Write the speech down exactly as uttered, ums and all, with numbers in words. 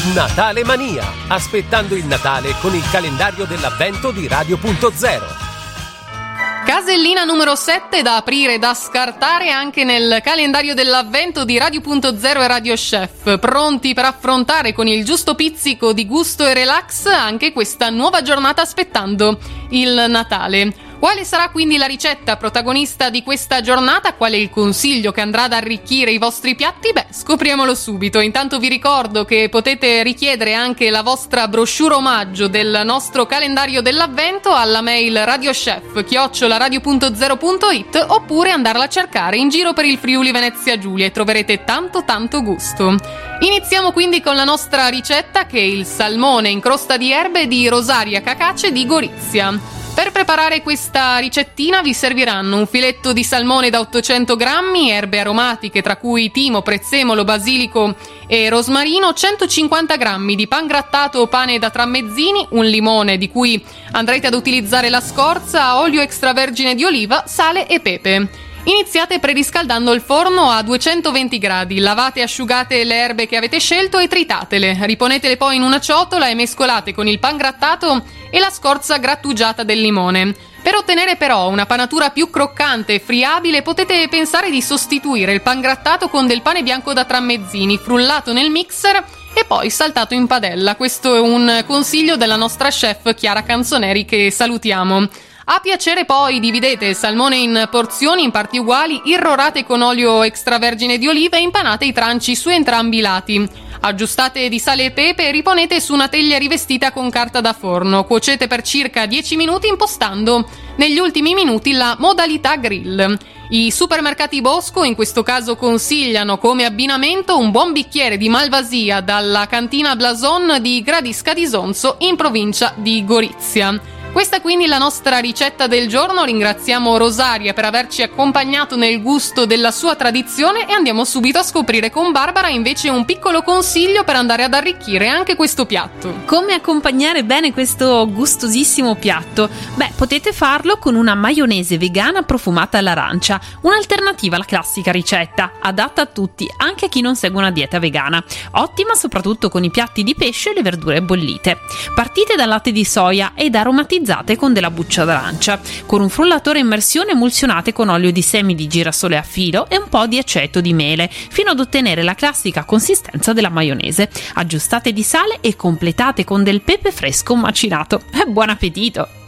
Natale Mania, aspettando il Natale con il calendario dell'avvento di Radio Punto Zero. Casellina numero sette da aprire e da scartare anche nel calendario dell'avvento di Radio Punto Zero e Radio Chef, pronti per affrontare con il giusto pizzico di gusto e relax anche questa nuova giornata aspettando il Natale. Quale sarà quindi la ricetta protagonista di questa giornata? Qual è il consiglio che andrà ad arricchire i vostri piatti? Beh, scopriamolo subito. Intanto vi ricordo che potete richiedere anche la vostra brochure omaggio del nostro calendario dell'avvento alla mail radiochef chiocciola radio punto zero punto it oppure andarla a cercare in giro per il Friuli Venezia Giulia e troverete tanto tanto gusto. Iniziamo quindi con la nostra ricetta, che è il salmone in crosta di erbe di Rosaria Cacace di Gorizia. Per preparare questa ricettina vi serviranno un filetto di salmone da ottocento grammi, erbe aromatiche tra cui timo, prezzemolo, basilico e rosmarino, centocinquanta grammi di pan grattato o pane da tramezzini, un limone di cui andrete ad utilizzare la scorza, olio extravergine di oliva, sale e pepe. Iniziate preriscaldando il forno a duecentoventi gradi, lavate e asciugate le erbe che avete scelto e tritatele, riponetele poi in una ciotola e mescolate con il pan grattato e la scorza grattugiata del limone. Per ottenere però una panatura più croccante e friabile potete pensare di sostituire il pan grattato con del pane bianco da tramezzini, frullato nel mixer e poi saltato in padella. Questo è un consiglio della nostra chef Chiara Canzoneri, che salutiamo. A piacere poi dividete il salmone in porzioni in parti uguali, irrorate con olio extravergine di oliva e impanate i tranci su entrambi i lati. Aggiustate di sale e pepe e riponete su una teglia rivestita con carta da forno. Cuocete per circa dieci minuti impostando negli ultimi minuti la modalità grill. I supermercati Bosco in questo caso consigliano come abbinamento un buon bicchiere di Malvasia dalla cantina Blason di Gradisca di Sonzo in provincia di Gorizia. Questa quindi la nostra ricetta del giorno. Ringraziamo Rosaria per averci accompagnato nel gusto della sua tradizione e andiamo subito a scoprire con Barbara invece un piccolo consiglio per andare ad arricchire anche questo piatto. Come accompagnare bene questo gustosissimo piatto? Beh, potete farlo con una maionese vegana profumata all'arancia, un'alternativa alla classica ricetta, adatta a tutti, anche a chi non segue una dieta vegana. Ottima soprattutto con i piatti di pesce e le verdure bollite. Partite dal latte di soia ed aromatizzate con della buccia d'arancia. Con un frullatore a immersione emulsionate con olio di semi di girasole a filo e un po' di aceto di mele fino ad ottenere la classica consistenza della maionese. Aggiustate di sale e completate con del pepe fresco macinato. Buon appetito!